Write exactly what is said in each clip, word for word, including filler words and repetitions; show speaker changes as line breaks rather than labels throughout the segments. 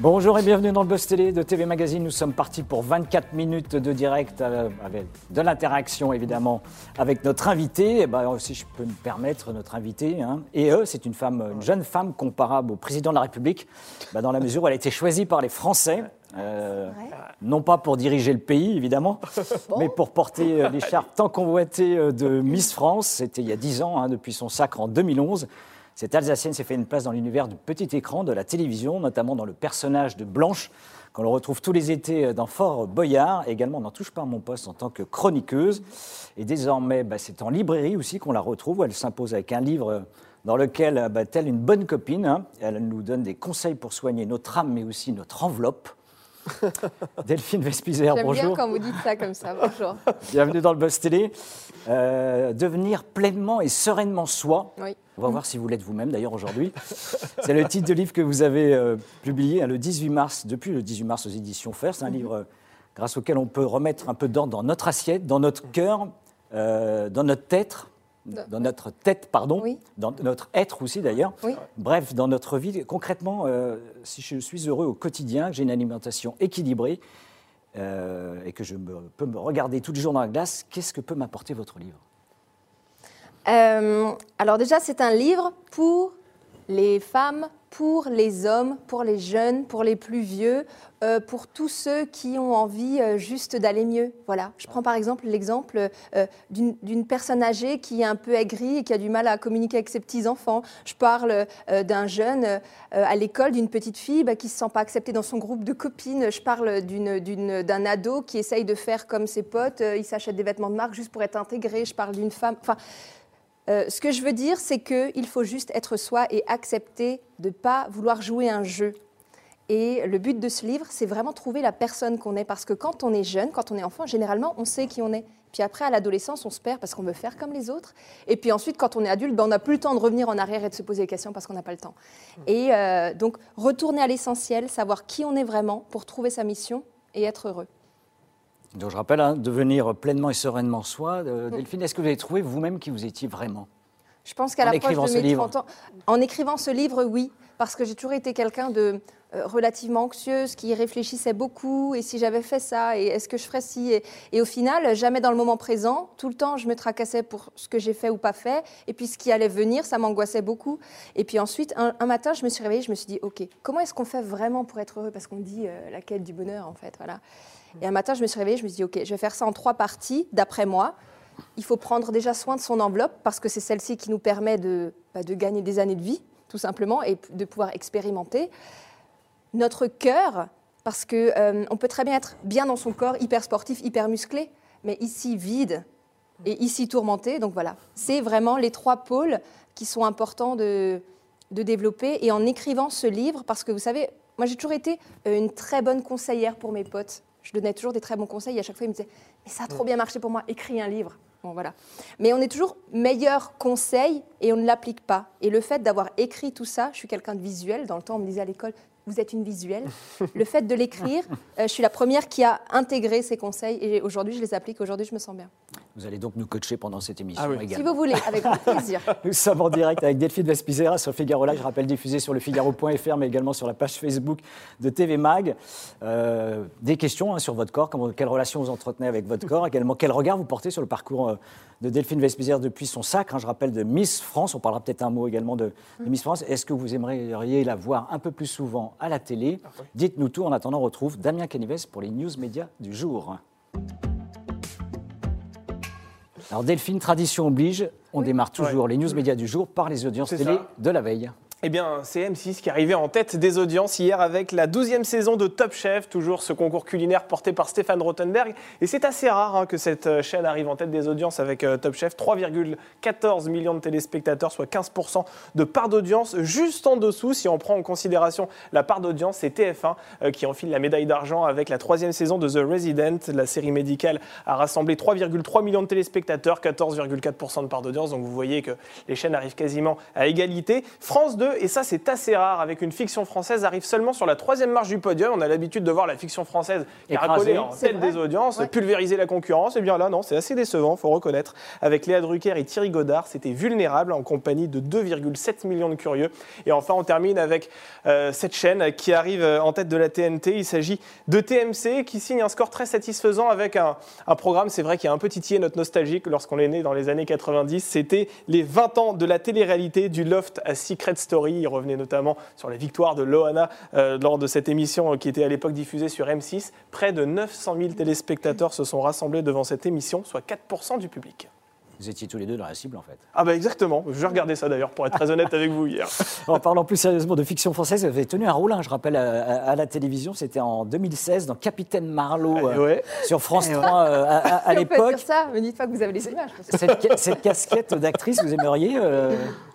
Bonjour et bienvenue dans le Buzz Télé de T V Magazine. Nous sommes partis pour vingt-quatre minutes de direct euh, avec de l'interaction évidemment avec notre invité. Et ben, si je peux me permettre, notre invité. Hein. Et eux, c'est une femme, une jeune femme comparable au président de la République, ben, dans la mesure où elle a été choisie par les Français. Euh, non pas pour diriger le pays évidemment, bon. mais pour porter l'écharpe tant convoitée de Miss France. C'était il y a dix ans, hein, depuis son sacre en deux mille onze. Cette Alsacienne s'est fait une place dans l'univers du petit écran, de la télévision, notamment dans le personnage de Blanche, qu'on le retrouve tous les étés dans Fort Boyard, et également dans Touche pas à mon poste en tant que chroniqueuse. Et désormais, bah, c'est en librairie aussi qu'on la retrouve, où elle s'impose avec un livre dans lequel, bah, telle une bonne copine, hein, elle nous donne des conseils pour soigner notre âme, mais aussi notre enveloppe. Delphine Vespizer,
J'aime
bonjour.
J'aime bien quand vous dites ça comme ça, bonjour.
Bienvenue dans le Buzz Télé. Euh, devenir pleinement et sereinement soi.
Oui.
On va voir si vous l'êtes vous-même d'ailleurs aujourd'hui. C'est le titre de livre que vous avez euh, publié hein, le dix-huit mars, depuis le dix-huit mars aux éditions Faire. C'est un mm-hmm. livre euh, grâce auquel on peut remettre un peu d'ordre dans notre assiette, dans notre cœur, euh, dans notre tête. Dans notre tête, pardon, oui. dans notre être aussi d'ailleurs. Oui. Bref, dans notre vie. Concrètement, euh, si je suis heureux au quotidien, que j'ai une alimentation équilibrée euh, et que je me, peux me regarder tous les jours dans la glace, qu'est-ce que peut m'apporter votre livre ?
euh, Alors déjà, c'est un livre pour les femmes, pour les hommes, pour les jeunes, pour les plus vieux, euh, pour tous ceux qui ont envie euh, juste d'aller mieux. Voilà. Je prends par exemple l'exemple euh, d'une, d'une personne âgée qui est un peu aigrie et qui a du mal à communiquer avec ses petits-enfants. Je parle euh, d'un jeune euh, à l'école, d'une petite fille bah, qui ne se sent pas acceptée dans son groupe de copines. Je parle d'une, d'une, d'un ado qui essaye de faire comme ses potes. Euh, il s'achète des vêtements de marque juste pour être intégré. Je parle d'une femme... Enfin, Euh, ce que je veux dire, c'est qu'il faut juste être soi et accepter de ne pas vouloir jouer un jeu. Et le but de ce livre, c'est vraiment trouver la personne qu'on est. Parce que quand on est jeune, quand on est enfant, généralement, on sait qui on est. Puis après, à l'adolescence, on se perd parce qu'on veut faire comme les autres. Et puis ensuite, quand on est adulte, ben, on n'a plus le temps de revenir en arrière et de se poser des questions parce qu'on n'a pas le temps. Et euh, donc, retourner à l'essentiel, savoir qui on est vraiment pour trouver sa mission et être heureux.
Donc je rappelle, hein, devenir pleinement et sereinement soi. Euh, Delphine, est-ce que vous avez trouvé vous-même qui vous étiez vraiment ?
Je pense qu'à l'approche de mes trente ans, en écrivant ce livre, oui, parce que j'ai toujours été quelqu'un de euh, relativement anxieuse, qui réfléchissait beaucoup, et si j'avais fait ça, et est-ce que je ferais ci et, et au final, jamais dans le moment présent, tout le temps, je me tracassais pour ce que j'ai fait ou pas fait, et puis ce qui allait venir, ça m'angoissait beaucoup. Et puis ensuite, un, un matin, je me suis réveillée, je me suis dit, ok, comment est-ce qu'on fait vraiment pour être heureux ? Parce qu'on dit euh, la quête du bonheur, en fait, voilà. Et un matin, je me suis réveillée, je me suis dit, ok, je vais faire ça en trois parties, d'après moi. Il faut prendre déjà soin de son enveloppe, parce que c'est celle-ci qui nous permet de, bah, de gagner des années de vie, tout simplement, et de pouvoir expérimenter. Notre cœur, parce qu'on euh, peut très bien être bien dans son corps, hyper sportif, hyper musclé, mais ici vide et ici tourmenté. Donc voilà, c'est vraiment les trois pôles qui sont importants de, de développer. Et en écrivant ce livre, parce que vous savez, moi j'ai toujours été une très bonne conseillère pour mes potes. Je donnais toujours des très bons conseils et à chaque fois, ils me disaient « Mais ça a trop bien marché pour moi, écris un livre ». Bon, voilà. Mais on est toujours meilleur conseil et on ne l'applique pas. Et le fait d'avoir écrit tout ça, je suis quelqu'un de visuel. Dans le temps, on me disait à l'école « Vous êtes une visuelle ». Le fait de l'écrire, euh, je suis la première qui a intégré ces conseils et aujourd'hui, je les applique. Aujourd'hui, je me sens bien.
Vous allez donc nous coacher pendant cette émission
ah oui.
également.
Si vous voulez, avec grand plaisir.
Nous sommes en direct avec Delphine Vespizer sur Figaro Live, je rappelle diffusé sur le figaro point f r, mais également sur la page Facebook de T V Mag. Euh, des questions hein, sur votre corps, comment, quelle relation vous entretenez avec votre corps, également quel regard vous portez sur le parcours euh, de Delphine Vespizer depuis son sacre, hein, je rappelle, de Miss France. On parlera peut-être un mot également de, de Miss France. Est-ce que vous aimeriez la voir un peu plus souvent à la télé ? ah, oui. Dites-nous tout. En attendant, on retrouve Damien Canives pour les news médias du jour. Alors Delphine, tradition oblige, on oui. démarre toujours ouais. les news médias du jour par les audiences c'est télé ça. de la veille.
Eh bien, c'est M six qui arrivait en tête des audiences hier avec la douzième saison de Top Chef, toujours ce concours culinaire porté par Stéphane Rothenberg. Et c'est assez rare hein, que cette chaîne arrive en tête des audiences avec euh, Top Chef. trois virgule quatorze millions de téléspectateurs, soit quinze pour cent de part d'audience. Juste en dessous, si on prend en considération la part d'audience, c'est T F un euh, qui enfile la médaille d'argent avec la troisième saison de The Resident. La série médicale a rassemblé trois virgule trois millions de téléspectateurs, quatorze virgule quatre pour cent de part d'audience. Donc vous voyez que les chaînes arrivent quasiment à égalité. France deux deux. Et ça, c'est assez rare avec une fiction française arrive seulement sur la troisième marche du podium. On a l'habitude de voir la fiction française caracoler en tête des audiences, ouais. pulvériser la concurrence. Et bien là, non, c'est assez décevant, il faut reconnaître. Avec Léa Drucker et Thierry Godard, c'était Vulnérable en compagnie de deux virgule sept millions de curieux. Et enfin, on termine avec euh, cette chaîne qui arrive en tête de la T N T. Il s'agit de T M C qui signe un score très satisfaisant avec un, un programme, c'est vrai, qui a un peu titillé notre nostalgie lorsqu'on est né dans les années quatre-vingt-dix. C'était les vingt ans de la télé-réalité du Loft à Secret Story. Il revenait notamment sur la victoire de Loana euh, lors de cette émission qui était à l'époque diffusée sur M six. Près de neuf cent mille téléspectateurs se sont rassemblés devant cette émission, soit quatre pour cent du public.
Vous étiez tous les deux dans la cible, en fait.
Ah bah exactement. Je regardais ça d'ailleurs, pour être très honnête avec vous hier.
En parlant plus sérieusement de fiction française, vous avez tenu un rôle, hein, je rappelle, à, à, à la télévision. C'était en deux mille seize dans Capitaine Marlowe euh, ouais. sur France
ouais.
trois euh, à, à, à l'époque. On peut
dire ça, me dites pas que vous avez les images.
Cette, cette casquette d'actrice, vous aimeriez euh,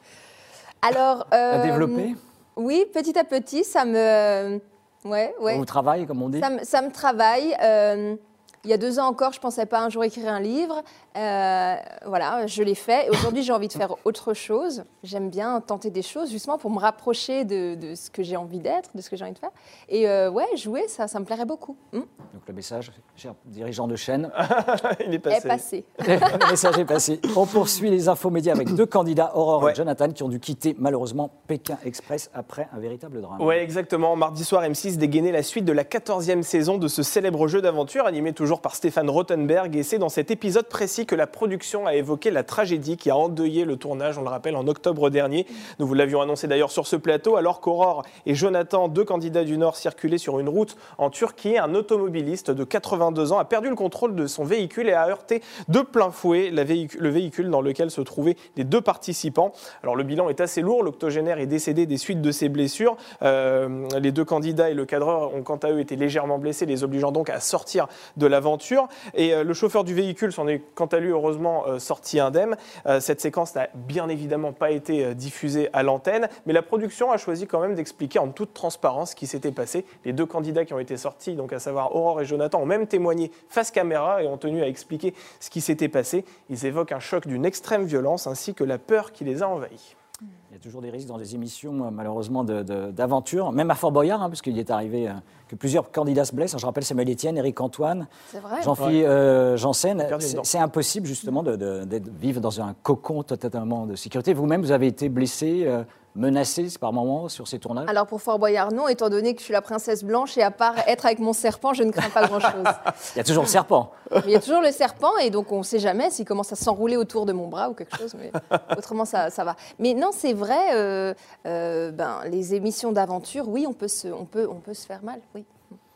Alors, euh,
la développer?
Oui, petit à petit, ça me... Ouais, ouais.
Vous travaillez, comme on dit?
Ça me, ça me travaille. Euh, il y a deux ans encore, je ne pensais pas un jour écrire un livre. Euh, voilà, je l'ai fait. Et aujourd'hui, j'ai envie de faire autre chose. J'aime bien tenter des choses, justement, pour me rapprocher de, de ce que j'ai envie d'être, de ce que j'ai envie de faire. Et euh, ouais, jouer, ça, ça me plairait beaucoup. Hum.
Donc le message, cher dirigeant de chaîne,
il est passé.
Est passé.
Le message est passé. On poursuit les infos médias avec deux candidats, Aurore ouais. et Jonathan, qui ont dû quitter malheureusement Pékin Express après un véritable drame.
Oui, exactement. Mardi soir, M six dégainait la suite de la quatorzième saison de ce célèbre jeu d'aventure, animé toujours par Stéphane Rothenberg. Et c'est dans cet épisode précis que la production a évoqué la tragédie qui a endeuillé le tournage, on le rappelle, en octobre dernier. Nous vous l'avions annoncé d'ailleurs sur ce plateau, alors qu'Aurore et Jonathan, deux candidats du Nord, circulaient sur une route en Turquie. Un automobiliste de quatre-vingt-deux ans a perdu le contrôle de son véhicule et a heurté de plein fouet la véhicule, le véhicule dans lequel se trouvaient les deux participants. Alors le bilan est assez lourd, l'octogénaire est décédé des suites de ses blessures. Euh, les deux candidats et le cadreur ont quant à eux été légèrement blessés, les obligeant donc à sortir de l'aventure. Et euh, le chauffeur du véhicule s'en est quant à lui heureusement euh, sorti indemne. Euh, cette séquence n'a bien évidemment pas été euh, diffusée à l'antenne, mais la production a choisi quand même d'expliquer en toute transparence ce qui s'était passé. Les deux candidats qui ont été sortis, donc à savoir Aurore et Jonathan, ont même témoigné face caméra et ont tenu à expliquer ce qui s'était passé. Ils évoquent un choc d'une extrême violence ainsi que la peur qui les a envahis.
Il y a toujours des risques dans des émissions, malheureusement, de, de, d'aventure, même à Fort Boyard, hein, puisqu'il est arrivé euh, que plusieurs candidats se blessent. Je rappelle Samuel Etienne, Éric Antoine, Jean-Philippe ouais. euh, Janssen. C'est, c'est impossible, justement, de, de, de vivre dans un cocon totalement de sécurité. Vous-même, vous avez été blessé, euh, menacé par moments sur ces tournages?
Alors, pour Fort Boyard, non, étant donné que je suis la princesse blanche et à part être avec mon serpent, je ne crains pas grand-chose.
Il y a toujours le serpent.
Il y a toujours le serpent et donc on ne sait jamais s'il commence à s'enrouler autour de mon bras ou quelque chose, mais autrement, ça, ça va. Mais non, c'est vrai, euh, euh, ben, les émissions d'aventure, oui, on peut, se, on, peut, on peut se faire mal, oui.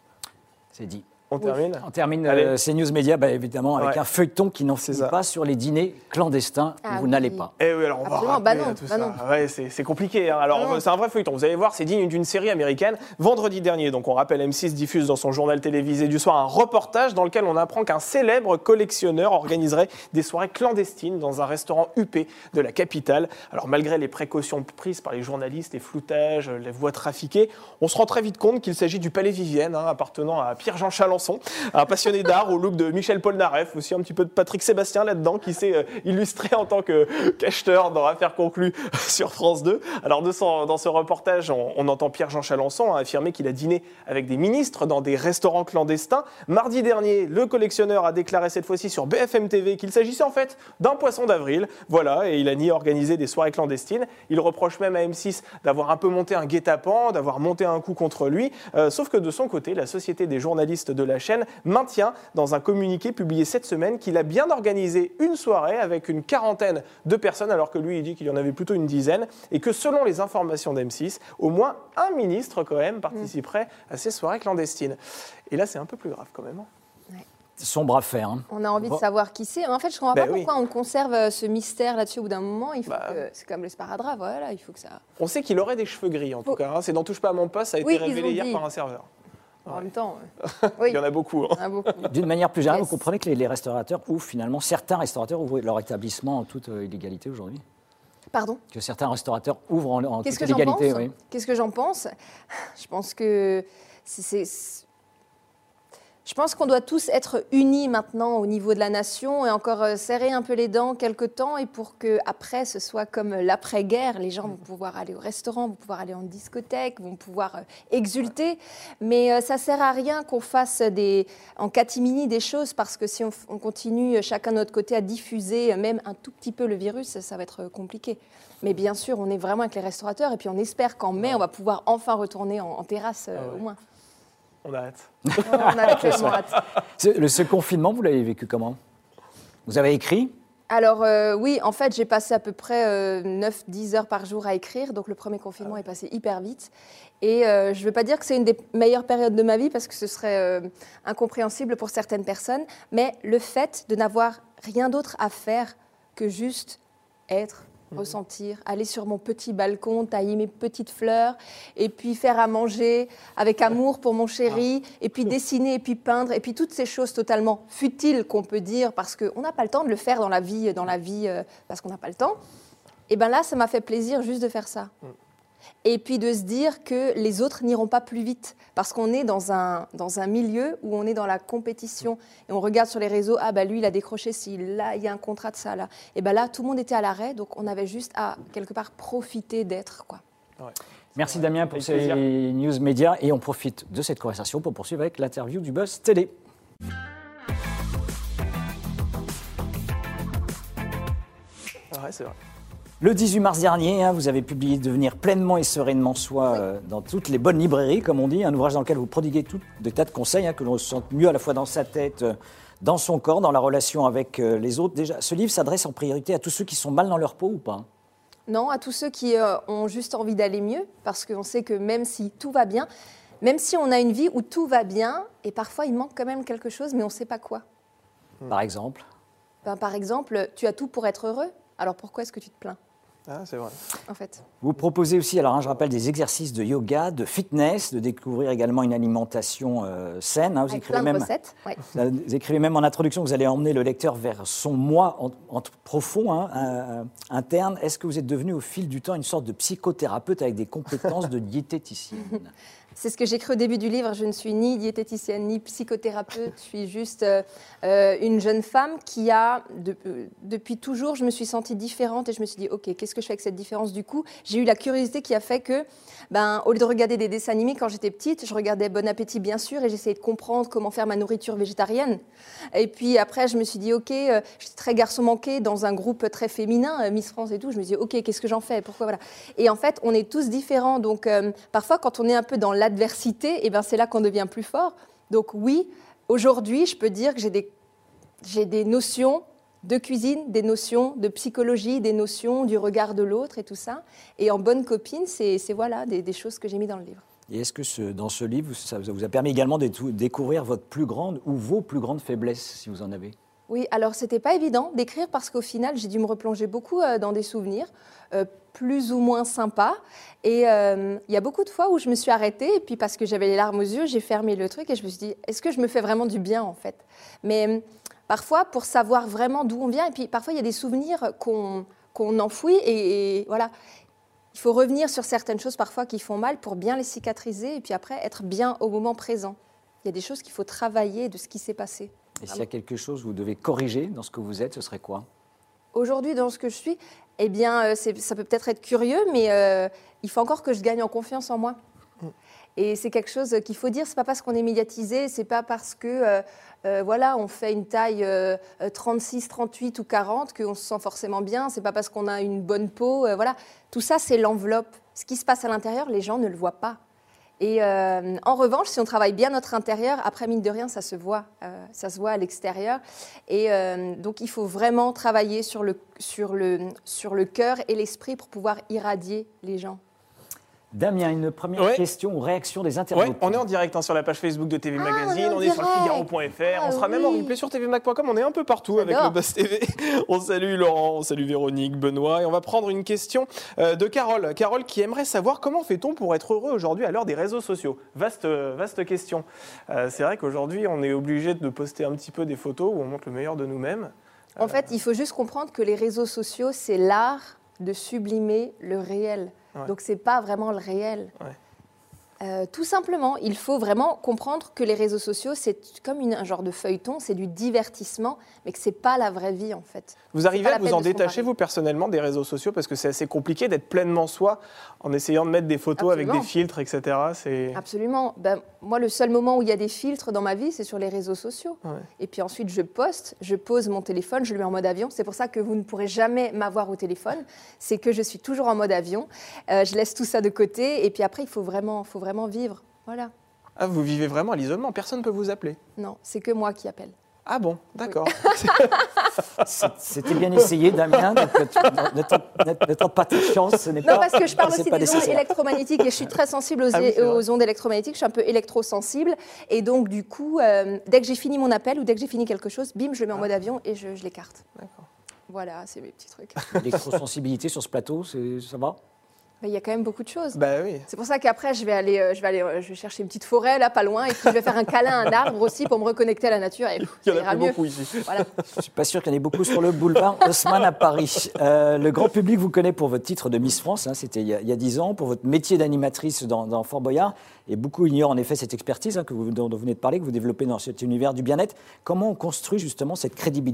C'est dit.
On oui. termine
On termine euh, CNews Média, bah, évidemment, avec ouais. un feuilleton qui n'en finit pas sur les dîners clandestins ah, où vous oui. n'allez pas.
Eh oui, alors on Absolument. va
bah non,
tout
bah
ça.
Non.
Ouais, c'est, c'est compliqué. Hein. Alors, bah c'est un vrai feuilleton. Vous allez voir, c'est digne d'une série américaine. Vendredi dernier, donc on rappelle, M six diffuse dans son journal télévisé du soir un reportage dans lequel on apprend qu'un célèbre collectionneur organiserait des soirées clandestines dans un restaurant huppé de la capitale. Alors, malgré les précautions prises par les journalistes, les floutages, les voix trafiquées, on se rend très vite compte qu'il s'agit du Palais Vivienne, hein, appartenant à Pierre-Jean Chalençon, un passionné d'art au look de Michel Polnareff, aussi un petit peu de Patrick Sébastien là-dedans, qui s'est euh, illustré en tant que cacheteur dans Affaires conclues sur France deux. Alors de son, dans ce reportage, on, on entend Pierre-Jean Chalençon hein, affirmer qu'il a dîné avec des ministres dans des restaurants clandestins. Mardi dernier, le collectionneur a déclaré cette fois-ci sur B F M T V qu'il s'agissait en fait d'un poisson d'avril. Voilà, et il a nié organiser des soirées clandestines. Il reproche même à M six d'avoir un peu monté un guet-apens, d'avoir monté un coup contre lui. Euh, sauf que de son côté, la Société des journalistes de la chaîne maintient dans un communiqué publié cette semaine qu'il a bien organisé une soirée avec une quarantaine de personnes, alors que lui, il dit qu'il y en avait plutôt une dizaine, et que selon les informations d'M six, au moins un ministre quand même participerait à ces soirées clandestines. Et là, c'est un peu plus grave quand même.
Ouais. Sombre affaire. Hein.
On a envie de savoir qui c'est. En fait, je ne comprends ben pas oui. pourquoi on conserve ce mystère là-dessus au bout d'un moment. Il faut bah, que... C'est comme le sparadrap, voilà, il faut que ça...
On sait qu'il aurait des cheveux gris, en faut... tout cas. Hein. C'est dans Touche pas à mon poste, ça a été oui, révélé hier dit. par un serveur.
En ouais. même temps,
ouais. oui. il y en a beaucoup. Hein.
Il y en a beaucoup.
D'une manière plus générale, yes. vous comprenez que les, les restaurateurs ouvrent finalement, certains restaurateurs ouvrent leur établissement en toute euh, illégalité aujourd'hui.
Pardon ?
Que certains restaurateurs ouvrent en, en
Qu'est-ce
toute
que
illégalité.
J'en pense
oui.
Qu'est-ce que j'en pense ? Je pense que c'est, c'est... Je pense qu'on doit tous être unis maintenant au niveau de la nation et encore euh, serrer un peu les dents quelque temps et pour qu'après ce soit comme l'après-guerre, les gens vont pouvoir aller au restaurant, vont pouvoir aller en discothèque, vont pouvoir euh, exulter. Mais euh, ça ne sert à rien qu'on fasse des, en catimini des choses parce que si on, on continue chacun de notre côté à diffuser même un tout petit peu le virus, ça, ça va être compliqué. Mais bien sûr, on est vraiment avec les restaurateurs et puis on espère qu'en mai, on va pouvoir enfin retourner en, en terrasse euh,
ah ouais.
au moins.
On a hâte.
On a tellement hâte.
Ce, ce confinement, vous l'avez vécu comment? Vous avez écrit?
Alors euh, oui, en fait, j'ai passé à peu près euh, neuf à dix heures par jour à écrire. Donc le premier confinement est passé hyper vite. Et euh, je ne veux pas dire que c'est une des meilleures périodes de ma vie parce que ce serait euh, incompréhensible pour certaines personnes. Mais le fait de n'avoir rien d'autre à faire que juste être, ressentir, aller sur mon petit balcon, tailler mes petites fleurs, et puis faire à manger avec amour pour mon chéri, et puis dessiner, et puis peindre, et puis toutes ces choses totalement futiles qu'on peut dire parce qu'on n'a pas le temps de le faire dans la vie, dans la vie euh, parce qu'on n'a pas le temps. Et bien là, ça m'a fait plaisir juste de faire ça. Et puis de se dire que les autres n'iront pas plus vite parce qu'on est dans un, dans un milieu où on est dans la compétition et on regarde sur les réseaux, ah bah lui il a décroché ci, là il y a un contrat de ça, là. Et ben là tout le monde était à l'arrêt, donc on avait juste à quelque part profiter d'être, quoi.
Ouais. Merci ouais, Damien pour
avec
ces
plaisir.
news médias et on profite de cette conversation pour poursuivre avec l'interview du Buzz Télé.
Ouais, c'est vrai.
Le dix-huit mars dernier, hein, vous avez publié Devenir pleinement et sereinement soi euh, dans toutes les bonnes librairies, comme on dit, un ouvrage dans lequel vous prodiguez tout des tas de conseils, hein, que l'on se sente mieux à la fois dans sa tête, euh, dans son corps, dans la relation avec euh, les autres. Déjà, ce livre s'adresse en priorité à tous ceux qui sont mal dans leur peau ou pas?
Non, à tous ceux qui euh, ont juste envie d'aller mieux, parce qu'on sait que même si tout va bien, même si on a une vie où tout va bien, et parfois il manque quand même quelque chose, mais on ne sait pas quoi.
Par exemple
ben, Par exemple, tu as tout pour être heureux, alors pourquoi est-ce que tu te plains?
Ah, c'est vrai.
En fait.
Vous proposez aussi, alors hein, je rappelle, des exercices de yoga, de fitness, de découvrir également une alimentation euh, saine. Hein, vous,
Avec
écrivez
plein de
même,
recettes. Ouais.
Vous écrivez même en introduction que vous allez emmener le lecteur vers son moi en, en profond, hein, euh, interne. Est-ce que vous êtes devenu au fil du temps une sorte de psychothérapeute avec des compétences de diététicienne?
C'est ce que j'écris au début du livre. Je ne suis ni diététicienne, ni psychothérapeute. Je suis juste euh, euh, une jeune femme qui a, de, euh, depuis toujours, je me suis sentie différente et je me suis dit, OK, qu'est-ce que je fais avec cette différence du coup? J'ai eu la curiosité qui a fait que, ben, au lieu de regarder des dessins animés quand j'étais petite, je regardais Bon Appétit, bien sûr, et j'essayais de comprendre comment faire ma nourriture végétarienne. Et puis après, je me suis dit, OK, euh, j'étais très garçon manqué dans un groupe très féminin, euh, Miss France et tout. Je me suis dit, OK, qu'est-ce que j'en fais? Pourquoi voilà. Et en fait, on est tous différents. Donc, euh, parfois, quand on est un peu dans l'adversité, eh ben, c'est là qu'on devient plus fort. Donc oui, aujourd'hui, je peux dire que j'ai des, j'ai des notions de cuisine, des notions de psychologie, des notions du regard de l'autre et tout ça. Et en bonne copine, c'est, c'est voilà, des, des choses que j'ai mis dans le livre.
Et est-ce que ce, dans ce livre, ça vous a permis également de tout, découvrir votre plus grande ou vos plus grandes faiblesses, si vous en avez?
Oui, alors c'était pas évident d'écrire parce qu'au final, j'ai dû me replonger beaucoup euh, dans des souvenirs, euh, plus ou moins sympas. Et il euh, y a beaucoup de fois où je me suis arrêtée, et puis parce que j'avais les larmes aux yeux, j'ai fermé le truc et je me suis dit, est-ce que je me fais vraiment du bien en fait? Mais euh, parfois, pour savoir vraiment d'où on vient, et puis parfois il y a des souvenirs qu'on, qu'on enfouit, et, et voilà. Il faut revenir sur certaines choses parfois qui font mal pour bien les cicatriser, et puis après être bien au moment présent. Il y a des choses qu'il faut travailler de ce qui s'est passé.
Et s'il y a quelque chose que vous devez corriger dans ce que vous êtes, ce serait quoi?
Aujourd'hui, dans ce que je suis, eh bien, c'est, ça peut peut-être être curieux, mais euh, il faut encore que je gagne en confiance en moi. Mm. Et c'est quelque chose qu'il faut dire, c'est pas parce qu'on est médiatisé, c'est pas parce que euh, euh, voilà, on fait une taille euh, trente-six, trente-huit ou quarante qu'on se sent forcément bien, c'est pas parce qu'on a une bonne peau, euh, voilà. Tout ça, c'est l'enveloppe. Ce qui se passe à l'intérieur, les gens ne le voient pas. Et euh, en revanche, si on travaille bien notre intérieur, après, mine de rien, ça se voit, euh, ça se voit à l'extérieur. Et euh, donc, il faut vraiment travailler sur le, sur le, sur le cœur et l'esprit pour pouvoir irradier les gens.
Damien, une première ouais. question ou réaction des internautes?
Ouais, on est en direct hein, sur la page Facebook de T V
ah,
Magazine, on, on est sur le Figaro point F R, ah, on sera oui. même en replay sur T V Mag point com, on est un peu partout J'adore. Avec le Buzz T V. On salue Laurent, on salue Véronique, Benoît, et on va prendre une question euh, de Carole. Carole qui aimerait savoir comment fait-on pour être heureux aujourd'hui à l'heure des réseaux sociaux? Vaste, vaste question. Euh, c'est vrai qu'aujourd'hui, on est obligé de poster un petit peu des photos où on montre le meilleur de nous-mêmes.
En euh... fait, il faut juste comprendre que les réseaux sociaux, c'est l'art de sublimer le réel. Ouais. Donc, ce n'est pas vraiment le réel.
Ouais.
Euh, tout simplement, il faut vraiment comprendre que les réseaux sociaux, c'est comme une, un genre de feuilleton, c'est du divertissement, mais que ce n'est pas la vraie vie en fait.
Vous arrivez à vous en détacher, vous, personnellement, des réseaux sociaux, parce que c'est assez compliqué d'être pleinement soi en essayant de mettre des photos Absolument. Avec des filtres, et cetera. C'est...
Absolument. Ben, moi, le seul moment où il y a des filtres dans ma vie, c'est sur les réseaux sociaux.
Ouais.
Et puis ensuite, je poste, je pose mon téléphone, je le mets en mode avion. C'est pour ça que vous ne pourrez jamais m'avoir au téléphone. C'est que je suis toujours en mode avion. Euh, je laisse tout ça de côté. Et puis après, il faut vraiment, faut vraiment vivre. Voilà.
Ah, vous vivez vraiment à l'isolement, personne ne peut vous appeler?
Non, c'est que moi qui appelle.
Ah bon, d'accord.
Oui.
C'était bien essayé, Damien. Donc, ne tente, ne tente pas de chance. Ce n'est
non,
pas,
parce que je parle aussi des
nécessaire.
ondes électromagnétiques et je suis très sensible aux,
ah oui,
aux ondes électromagnétiques. Je suis un peu électrosensible. Et donc, du coup, euh, dès que j'ai fini mon appel ou dès que j'ai fini quelque chose, bim, je le mets en mode avion et je, je l'écarte.
D'accord.
Voilà, c'est mes petits trucs.
L'électrosensibilité sur ce plateau, ça va?
Il y a quand même beaucoup de choses.
Bah oui.
C'est pour ça qu'après, je vais aller, euh, je vais aller, euh, je vais chercher une petite forêt là, pas loin, et puis je vais faire un câlin à un arbre aussi pour me reconnecter à la nature. Et, pff,
il y en
ça
a
ira
plus
mieux.
beaucoup ici.
Voilà.
Je ne suis pas sûr qu'il y en ait beaucoup sur le boulevard Haussmann à Paris. Euh, le grand public vous connaît pour votre titre de Miss France, hein, c'était il y, a, il y a dix ans, pour votre métier d'animatrice dans, dans Fort Boyard. Et beaucoup ignorent en effet cette expertise hein, que vous, dont vous venez de parler, que vous développez dans cet univers du bien-être. Comment on construit justement cette crédibilité ?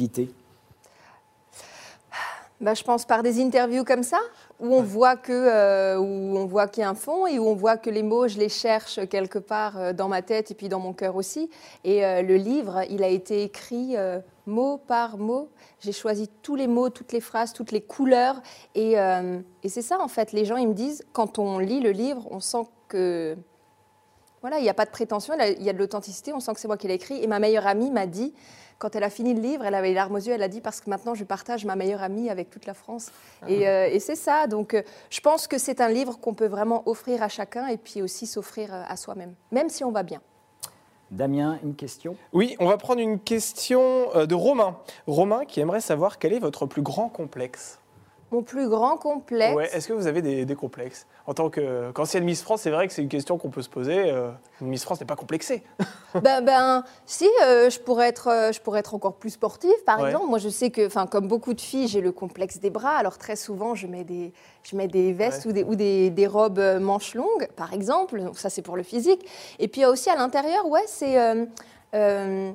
Bah, je pense par des interviews comme ça, où on voit que, euh, où on voit qu'il y a un fond et où on voit que les mots, je les cherche quelque part euh, dans ma tête et puis dans mon cœur aussi. Et euh, le livre, il a été écrit euh, mot par mot. J'ai choisi tous les mots, toutes les phrases, toutes les couleurs. Et, euh, et c'est ça, en fait. Les gens, ils me disent, quand on lit le livre, on sent que... Voilà, il n'y a pas de prétention, il y a de l'authenticité, on sent que c'est moi qui l'ai écrit. Et ma meilleure amie m'a dit... Quand elle a fini le livre, elle avait les larmes aux yeux, elle a dit « parce que maintenant je partage ma meilleure amie avec toute la France ah. ». Et, euh, et c'est ça, donc euh, je pense que c'est un livre qu'on peut vraiment offrir à chacun et puis aussi s'offrir à soi-même, même si on va bien.
Damien, une question ?
Oui, on va prendre une question de Romain. Romain qui aimerait savoir quel est votre plus grand complexe ?
Mon plus grand complexe.
Ouais, est-ce que vous avez des, des complexes ? En tant que, qu'ancienne Miss France, c'est vrai que c'est une question qu'on peut se poser. Euh, une Miss France n'est pas complexée.
ben, ben, si, euh, je, pourrais être, euh, je pourrais être encore plus sportive, par
ouais.
exemple. Moi, je sais que, comme beaucoup de filles, j'ai le complexe des bras. Alors, très souvent, je mets des, je mets des vestes ouais. ou, des, ou des, des robes manches longues, par exemple. Donc, ça, c'est pour le physique. Et puis, aussi, à l'intérieur, ouais, c'est... Euh, euh,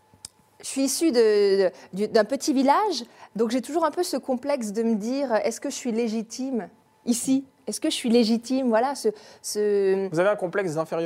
je suis issue de, de, d'un petit village, donc j'ai toujours un peu ce complexe de me dire, est-ce que je suis légitime ici ? Est-ce que je suis légitime ? Voilà, ce, ce...
Vous avez un complexe d'infériorité ?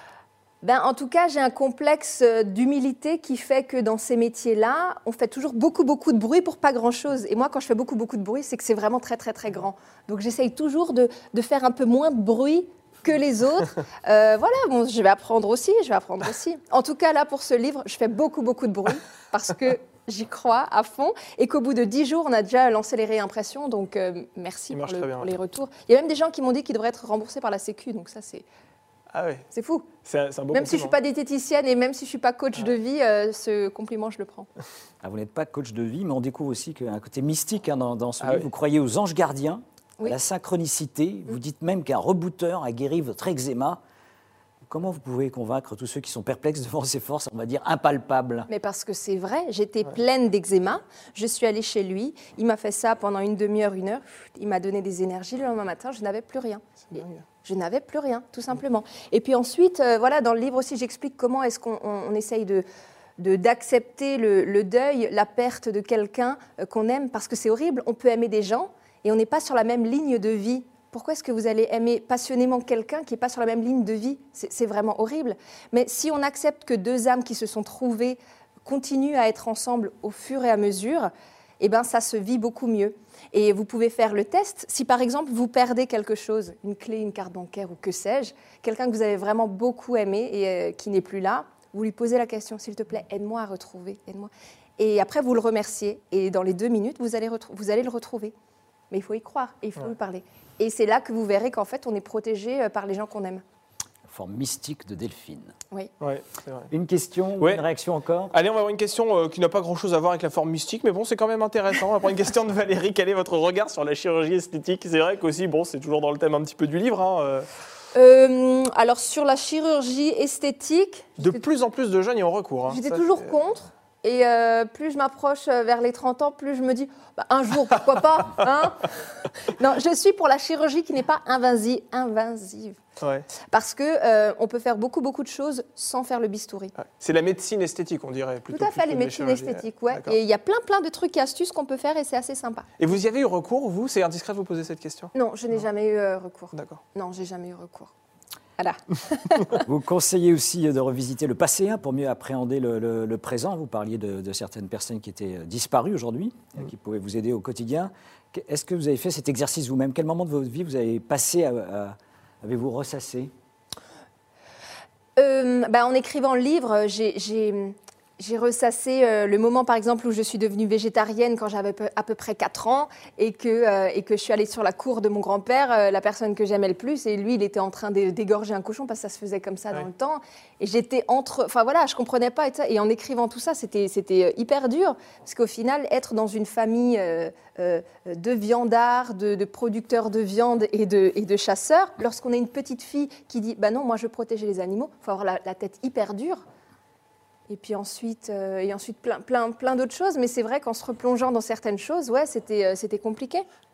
Ben, en tout cas, j'ai un complexe d'humilité qui fait que dans ces métiers-là, on fait toujours beaucoup, beaucoup de bruit pour pas grand-chose. Et moi, quand je fais beaucoup, beaucoup de bruit, c'est que c'est vraiment très, très, très grand. Donc j'essaye toujours de, de faire un peu moins de bruit que les autres. Euh, voilà, bon, je vais apprendre aussi, je vais apprendre aussi. En tout cas, là, pour ce livre, je fais beaucoup, beaucoup de bruit parce que j'y crois à fond et qu'au bout de dix jours, on a déjà lancé les réimpressions. Donc, euh, merci pour, le, pour les retours. Il y a même des gens qui m'ont dit qu'ils devraient être remboursés par la Sécu. Donc ça, c'est...
Ah ouais.
C'est fou.
C'est un, c'est un beau
même
compliment.
si je ne suis pas diététicienne et même si je ne suis pas coach
ah.
de vie, euh, ce compliment, je le prends.
Ah, vous n'êtes pas coach de vie, mais on découvre aussi qu'il y a un côté mystique hein, dans, dans ce
ah
livre.
Oui.
Vous croyez aux anges gardiens,
oui.
à la synchronicité. Vous dites même qu'un rebooteur a guéri votre eczéma. Comment vous pouvez convaincre tous ceux qui sont perplexes devant ces forces, on va dire, impalpables ?
Mais parce que c'est vrai, j'étais
ouais.
pleine d'eczéma. Je suis allée chez lui, il m'a fait ça pendant une demi-heure, une heure. Il m'a donné des énergies. Le lendemain matin, je n'avais plus rien. Je n'avais plus rien, tout simplement. Et puis ensuite, euh, voilà, dans le livre aussi, j'explique comment est-ce qu'on on, on essaye de, de, d'accepter le, le deuil, la perte de quelqu'un euh, qu'on aime, parce que c'est horrible. On peut aimer des gens et on n'est pas sur la même ligne de vie. Pourquoi est-ce que vous allez aimer passionnément quelqu'un qui n'est pas sur la même ligne de vie ? c'est, c'est vraiment horrible. Mais si on accepte que deux âmes qui se sont trouvées continuent à être ensemble au fur et à mesure, eh ben, ça se vit beaucoup mieux. Et vous pouvez faire le test. Si par exemple vous perdez quelque chose, une clé, une carte bancaire ou que sais-je, quelqu'un que vous avez vraiment beaucoup aimé et euh, qui n'est plus là, vous lui posez la question, s'il te plaît, aide-moi à retrouver, aide-moi. Et après vous le remerciez et dans les deux minutes, vous allez, retrou- vous allez le retrouver. Mais il faut y croire et il faut ouais. lui parler. Et c'est là que vous verrez qu'en fait, on est protégé par les gens qu'on aime.
Forme mystique de Delphine.
Oui.
Ouais, c'est vrai.
Une question,
ouais.
une réaction encore ?
Allez, on va avoir une question euh, qui n'a pas grand-chose à voir avec la forme mystique, mais bon, c'est quand même intéressant. On va prendre une question de Valérie. Quel est votre regard sur la chirurgie esthétique ? C'est vrai qu'aussi, bon, c'est toujours dans le thème un petit peu du livre. Hein, euh...
Euh, alors, sur la chirurgie esthétique...
De plus en plus de jeunes y ont recours. Hein.
J'étais
Ça,
toujours
c'est...
contre. Et euh, plus je m'approche vers les trente ans, plus je me dis, bah, un jour, pourquoi pas hein ? Non, je suis pour la chirurgie qui n'est pas invasi- invasive.
Ouais.
Parce qu'on euh, peut faire beaucoup, beaucoup de choses sans faire le bistouri.
Ouais. C'est la médecine esthétique, on dirait. Plutôt,
Tout à fait, les médecines esthétiques, ouais. Et il y a plein, plein de trucs et astuces qu'on peut faire et c'est assez sympa.
Et vous y avez eu recours, vous? C'est indiscret de vous poser cette question?
Non, je n'ai jamais eu euh, recours.
D'accord.
Non, j'ai jamais eu recours. Voilà.
Vous conseillez aussi de revisiter le passé hein, pour mieux appréhender le, le, le présent. Vous parliez de, de certaines personnes qui étaient disparues aujourd'hui, mmh. qui pouvaient vous aider au quotidien. Est-ce que vous avez fait cet exercice vous-même? Quel moment de votre vie vous avez passé à, à avez-vous ressassé?
euh, bah, En écrivant le livre, j'ai... j'ai... J'ai ressassé euh, le moment, par exemple, où je suis devenue végétarienne quand j'avais à peu près quatre ans et que, euh, et que je suis allée sur la cour de mon grand-père, euh, la personne que j'aimais le plus, et lui, il était en train d'égorger un cochon parce que ça se faisait comme ça ouais. dans le temps. Et j'étais entre... Enfin voilà, je ne comprenais pas. Et, ça, et en écrivant tout ça, c'était hyper dur parce qu'au final, être dans une famille euh, euh, de viandards, de, de producteurs de viande et de, et de chasseurs, lorsqu'on est une petite fille qui dit « bah non, moi je veux protéger les animaux », il faut avoir la, la tête hyper dure. Et puis ensuite, euh, et ensuite plein, plein, plein d'autres choses. Mais c'est vrai qu'en se replongeant dans certaines choses, ouais, c'était euh, c'était compliqué.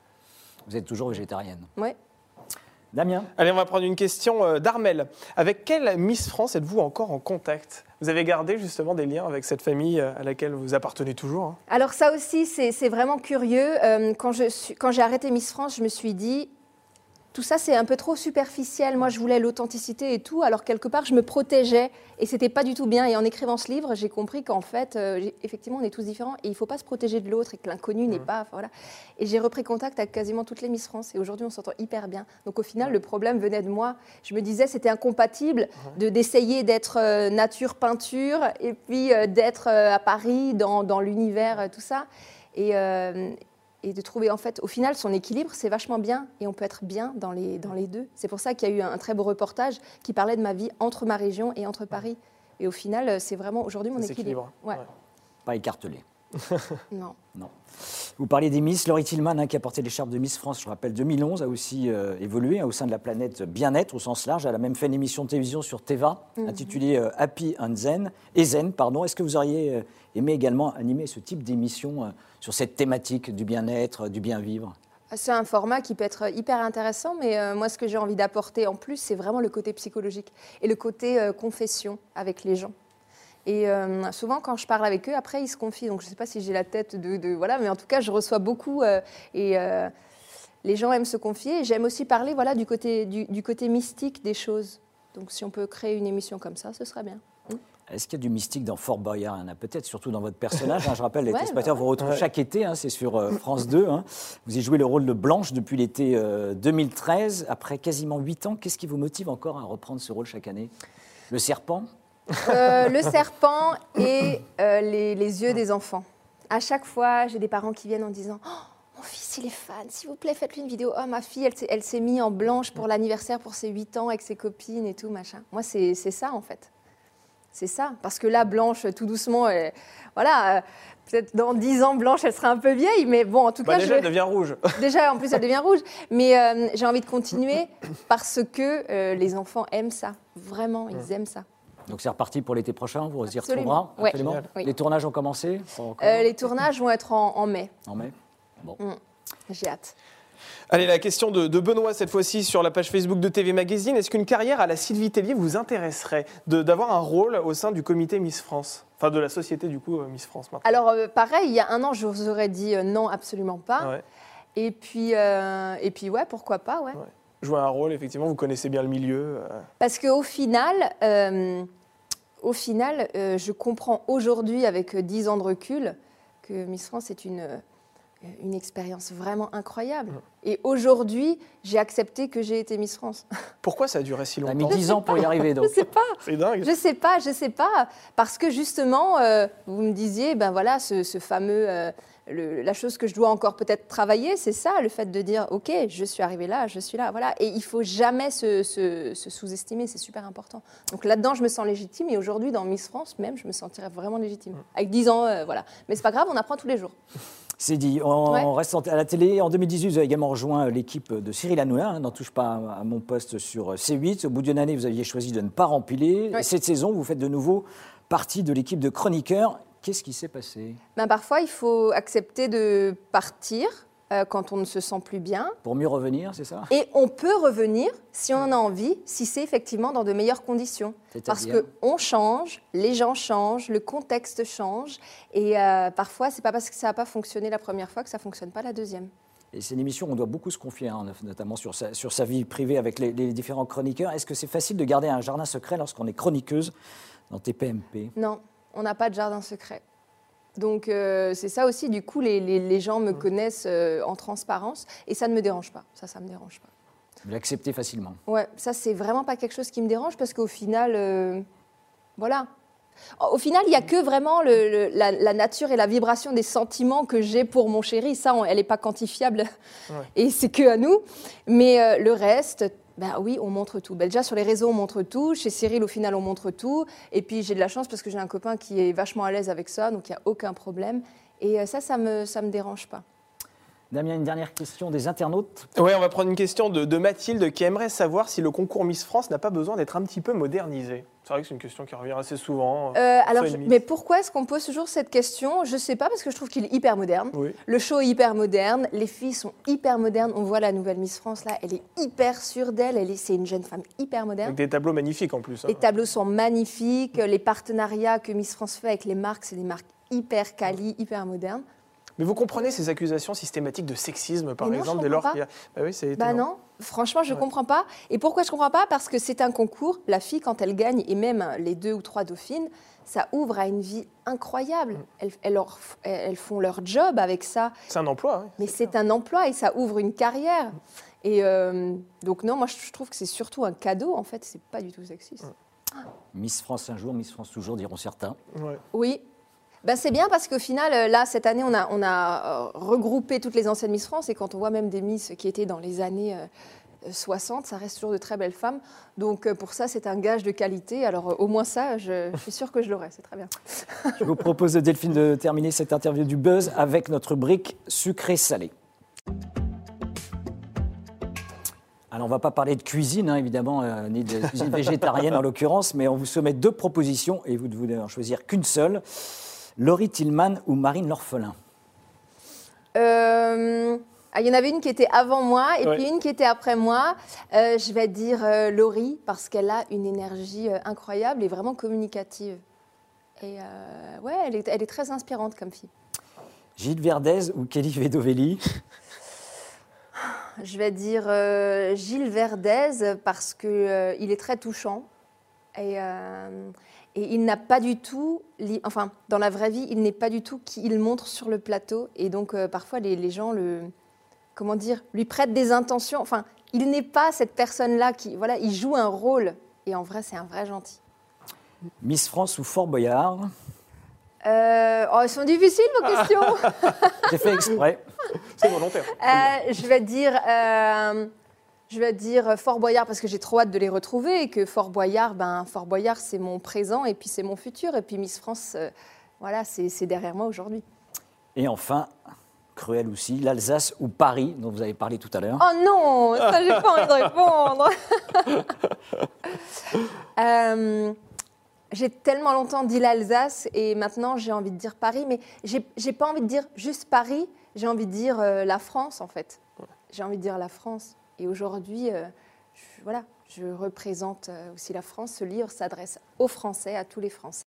Vous êtes toujours végétarienne?
Oui.
Damien?
Allez, on va prendre une question d'Armel. Avec quelle Miss France êtes-vous encore en contact? Vous avez gardé justement des liens avec cette famille à laquelle vous appartenez toujours hein?
Alors ça aussi, c'est vraiment curieux. Euh, quand j'ai arrêté Miss France, je me suis dit... Tout ça, c'est un peu trop superficiel. Moi, je voulais l'authenticité et tout. Alors, quelque part, je me protégeais et c'était pas du tout bien. Et en écrivant ce livre, j'ai compris qu'en fait, euh, effectivement, on est tous différents et il faut pas se protéger de l'autre et que l'inconnu n'est mmh. pas... Enfin, voilà. Et j'ai repris contact avec quasiment toutes les Miss France et aujourd'hui, on s'entend hyper bien. Donc, au final, mmh. le problème venait de moi. Je me disais, c'était incompatible mmh. de d'essayer d'être euh, nature-peinture et puis euh, d'être euh, à Paris, dans, dans l'univers, euh, tout ça. Et... Euh, Et de trouver, en fait, au final, son équilibre, c'est vachement bien. Et on peut être bien dans les, dans les deux. C'est pour ça qu'il y a eu un, un très beau reportage qui parlait de ma vie entre ma région et entre Paris. Et au final, c'est vraiment aujourd'hui mon équilibre.
Ouais.
Ouais.
Pas écartelé.
Non.
Non. Vous parliez des Miss. Laurie Tillman, hein, qui a porté l'écharpe de Miss France, je rappelle, deux mille onze, a aussi euh, évolué hein, au sein de la planète bien-être au sens large. Elle a même fait une émission de télévision sur Teva, mm-hmm. intitulée euh, Happy and Zen. Et Zen, pardon. Est-ce que vous auriez euh, aimé également animer ce type d'émission euh, sur cette thématique du bien-être, du bien-vivre?
C'est un format qui peut être hyper intéressant, mais euh, moi, ce que j'ai envie d'apporter en plus, c'est vraiment le côté psychologique et le côté euh, confession avec les gens. Et euh, souvent, quand je parle avec eux, après, ils se confient. Donc, je ne sais pas si j'ai la tête de, de... Voilà, mais en tout cas, je reçois beaucoup. Euh, et euh, les gens aiment se confier. J'aime aussi parler voilà, du, côté, du, du côté mystique des choses. Donc, si on peut créer une émission comme ça, ce serait bien. Mmh.
Est-ce qu'il y a du mystique dans Fort Boyard? Il y en a peut-être, surtout dans votre personnage. Hein, je rappelle, les
ouais,
téléspectateurs
bah,
vous retrouvent ouais. chaque été. Hein, c'est sur euh, France deux. Hein. Vous y jouez le rôle de Blanche depuis l'été euh, deux mille treize. Après quasiment huit ans, qu'est-ce qui vous motive encore à reprendre ce rôle chaque année? Le serpent?
Euh, le serpent et euh, les, les yeux des enfants. À chaque fois, j'ai des parents qui viennent en disant oh, « Mon fils, il est fan, s'il vous plaît, faites-lui une vidéo. Oh, ma fille, elle s'est mise en blanche pour l'anniversaire, pour ses huit ans, avec ses copines et tout, machin. » Moi, c'est ça, en fait. C'est ça. Parce que là, Blanche, tout doucement, elle, voilà, euh, peut-être dans dix ans, Blanche, elle sera un peu vieille, mais bon, en tout
bah
cas...
Déjà, je... elle devient rouge.
Déjà, en plus, elle devient rouge. Mais euh, j'ai envie de continuer parce que euh, les enfants aiment ça. Vraiment, ils mmh. aiment ça.
Donc c'est reparti pour l'été prochain, vous y
Absolument.
retrouverez Absolument.
Ouais. Oui.
Les tournages ont commencé
euh, Les tournages vont être en, en mai.
En mai Bon.
Mmh. J'ai hâte.
Allez, la question de, de Benoît, cette fois-ci, sur la page Facebook de T V Magazine. Est-ce qu'une carrière à la Sylvie Tellier vous intéresserait d'avoir un rôle au sein du comité Miss France? Enfin, de la société, du coup, Miss France maintenant.
Alors, euh, pareil, il y a un an, je vous aurais dit euh, non, absolument pas. Ouais. Et, puis, euh, et puis, ouais, pourquoi pas, ouais. ouais.
Jouer un rôle, effectivement, vous connaissez bien le milieu. Euh...
Parce qu'au final... Euh, Au final, euh, je comprends aujourd'hui, avec dix ans de recul, que Miss France est une, une expérience vraiment incroyable. Mmh. Et aujourd'hui, j'ai accepté que j'ai été Miss France.
Pourquoi ça a duré si longtemps?
On a mis dix ans pour y arriver, donc.
Je sais pas.
C'est dingue.
Je sais pas, je sais pas. Parce que justement, euh, vous me disiez, ben voilà, ce, ce fameux... Euh, Le, la chose que je dois encore peut-être travailler, c'est ça, le fait de dire « Ok, je suis arrivée là, je suis là. » Voilà. Et il ne faut jamais se, se, se sous-estimer, c'est super important. Donc là-dedans, je me sens légitime. Et aujourd'hui, dans Miss France, même, je me sentirais vraiment légitime. Avec dix ans, euh, voilà. Mais ce n'est pas grave, on apprend tous les jours.
C'est dit. On, ouais. on reste à la télé. En deux mille dix-huit, vous avez également rejoint l'équipe de Cyril Hanouna, hein, N'en touche pas à mon poste sur C huit. Au bout d'une année, vous aviez choisi de ne pas remplir. Ouais. Cette saison, vous faites de nouveau partie de l'équipe de chroniqueurs. Qu'est-ce qui s'est passé?
Ben, parfois, il faut accepter de partir euh, quand on ne se sent plus bien.
Pour mieux revenir, c'est ça?
Et on peut revenir, si on en a envie, si c'est effectivement dans de meilleures conditions. Parce qu'on change, les gens changent, le contexte change. Et euh, parfois, ce n'est pas parce que ça n'a pas fonctionné la première fois que ça ne fonctionne pas la deuxième.
Et c'est une émission où on doit beaucoup se confier, hein, notamment sur sa, sur sa vie privée avec les, les différents chroniqueurs. Est-ce que c'est facile de garder un jardin secret lorsqu'on est chroniqueuse dans T P M P?
Non, on n'a pas de jardin secret. Donc euh, c'est ça aussi, du coup, les, les, les gens me connaissent euh, en transparence et ça ne me dérange pas. Ça, ça ne me dérange pas.
Vous l'acceptez facilement?
Ouais, ça, c'est vraiment pas quelque chose qui me dérange parce qu'au final, euh, voilà. Au final, il n'y a que vraiment le, le, la, la nature et la vibration des sentiments que j'ai pour mon chéri. Ça, on, elle n'est pas quantifiable ouais. Et c'est que à nous. Mais euh, le reste, ben oui, on montre tout. Ben déjà, sur les réseaux, on montre tout. Chez Cyril, au final, on montre tout. Et puis, j'ai de la chance parce que j'ai un copain qui est vachement à l'aise avec ça, donc il n'y a aucun problème. Et euh, ça, ça ne me, ça me dérange pas.
Damien, une dernière question des internautes.
Oui, on va prendre une question de, de Mathilde qui aimerait savoir si le concours Miss France n'a pas besoin d'être un petit peu modernisé. C'est vrai que c'est une question qui revient assez souvent.
Euh, alors, je, mais pourquoi est-ce qu'on pose toujours cette question? Je ne sais pas, parce que je trouve qu'il est hyper moderne. Oui. Le show est hyper moderne, les filles sont hyper modernes. On voit la nouvelle Miss France, là, elle est hyper sûre d'elle. Elle est, c'est une jeune femme hyper moderne.
Avec des tableaux magnifiques en plus. Hein.
Les tableaux sont magnifiques. Les partenariats que Miss France fait avec les marques, c'est des marques hyper quali, hyper modernes.
Mais vous comprenez ces accusations systématiques de sexisme, par non, exemple, dès lors qu'il y a...
Bah oui, c'est étonnant. Bah non, franchement, je ne ouais. comprends pas. Et pourquoi je ne comprends pas? Parce que c'est un concours. La fille, quand elle gagne, et même les deux ou trois dauphines, ça ouvre à une vie incroyable. Mm. Elles, elles, leur, elles font leur job avec ça.
C'est un emploi. Oui,
mais c'est, c'est un emploi et ça ouvre une carrière. Mm. Et euh, donc non, moi, je trouve que c'est surtout un cadeau, en fait. Ce n'est pas du tout sexiste.
Mm. Miss France un jour, Miss France toujours, diront certains.
Ouais. Oui. Ben c'est bien parce qu'au final, là, cette année, on a, on a regroupé toutes les anciennes Miss France et quand on voit même des Miss qui étaient dans les années soixante, ça reste toujours de très belles femmes. Donc pour ça, c'est un gage de qualité. Alors au moins ça, je, je suis sûre que je l'aurai, c'est très bien.
Je vous propose, Delphine, de terminer cette interview du Buzz avec notre rubrique sucré-salé. Alors, on ne va pas parler de cuisine, hein, évidemment, euh, ni de cuisine végétarienne en l'occurrence, mais on vous soumet deux propositions et vous devez en choisir qu'une seule. Laurie Tillman ou Marine L'Orphelin?
euh, Il y en avait une qui était avant moi et ouais. puis une qui était après moi. Euh, je vais dire euh, Laurie parce qu'elle a une énergie euh, incroyable et vraiment communicative. Et euh, ouais, elle est, elle est très inspirante comme fille.
Gilles Verdez ou Kelly Vedovelli?
Je vais dire euh, Gilles Verdez parce qu'il euh, est très touchant. Et... Euh, Et il n'a pas du tout, enfin, dans la vraie vie, il n'est pas du tout qui il montre sur le plateau. Et donc, euh, parfois, les, les gens le, comment dire, lui prêtent des intentions. Enfin, il n'est pas cette personne-là qui, voilà, il joue un rôle. Et en vrai, c'est un vrai gentil.
Miss France ou Fort Boyard?
euh, Oh, elles sont difficiles, vos questions.
J'ai fait exprès.
C'est volontaire.
Euh, je vais dire... Euh, Je vais dire Fort Boyard parce que j'ai trop hâte de les retrouver et que Fort Boyard, ben, Fort Boyard, c'est mon présent et puis c'est mon futur. Et puis Miss France, euh, voilà, c'est, c'est derrière moi aujourd'hui.
Et enfin, cruel aussi, l'Alsace ou Paris, dont vous avez parlé tout à l'heure.
Oh non, ça, j'ai pas envie de répondre. euh, j'ai tellement longtemps dit l'Alsace et maintenant j'ai envie de dire Paris. Mais j'ai, j'ai pas envie de dire juste Paris, j'ai envie de dire euh, la France en fait. J'ai envie de dire la France. Et aujourd'hui, euh, je, voilà, je représente aussi la France. Ce livre s'adresse aux Français, à tous les Français.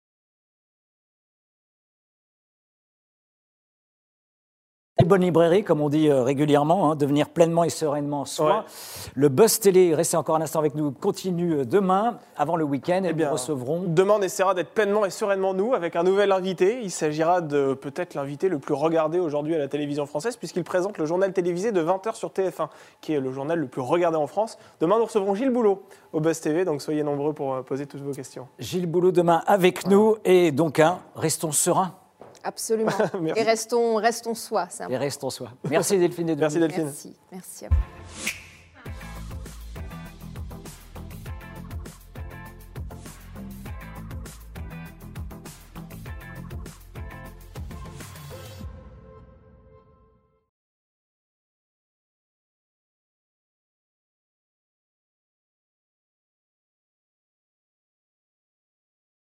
Les bonnes librairies, comme on dit euh, régulièrement, hein, devenir pleinement et sereinement soi. Ouais. Le Buzz Télé, restez encore un instant avec nous, continue demain, avant le week-end, et eh bien, nous recevrons...
Demain, on essaiera d'être pleinement et sereinement nous, avec un nouvel invité. Il s'agira de peut-être l'invité le plus regardé aujourd'hui à la télévision française, puisqu'il présente le journal télévisé de vingt heures sur T F un, qui est le journal le plus regardé en France. Demain, nous recevrons Gilles Boulot au Buzz T V, donc soyez nombreux pour poser toutes vos questions.
Gilles Boulot demain avec ouais. nous, et donc, hein, restons sereins.
Absolument. Et restons, restons soi.
Et restons soi. Merci Delphine.
Merci Delphine.
Merci. Merci à vous.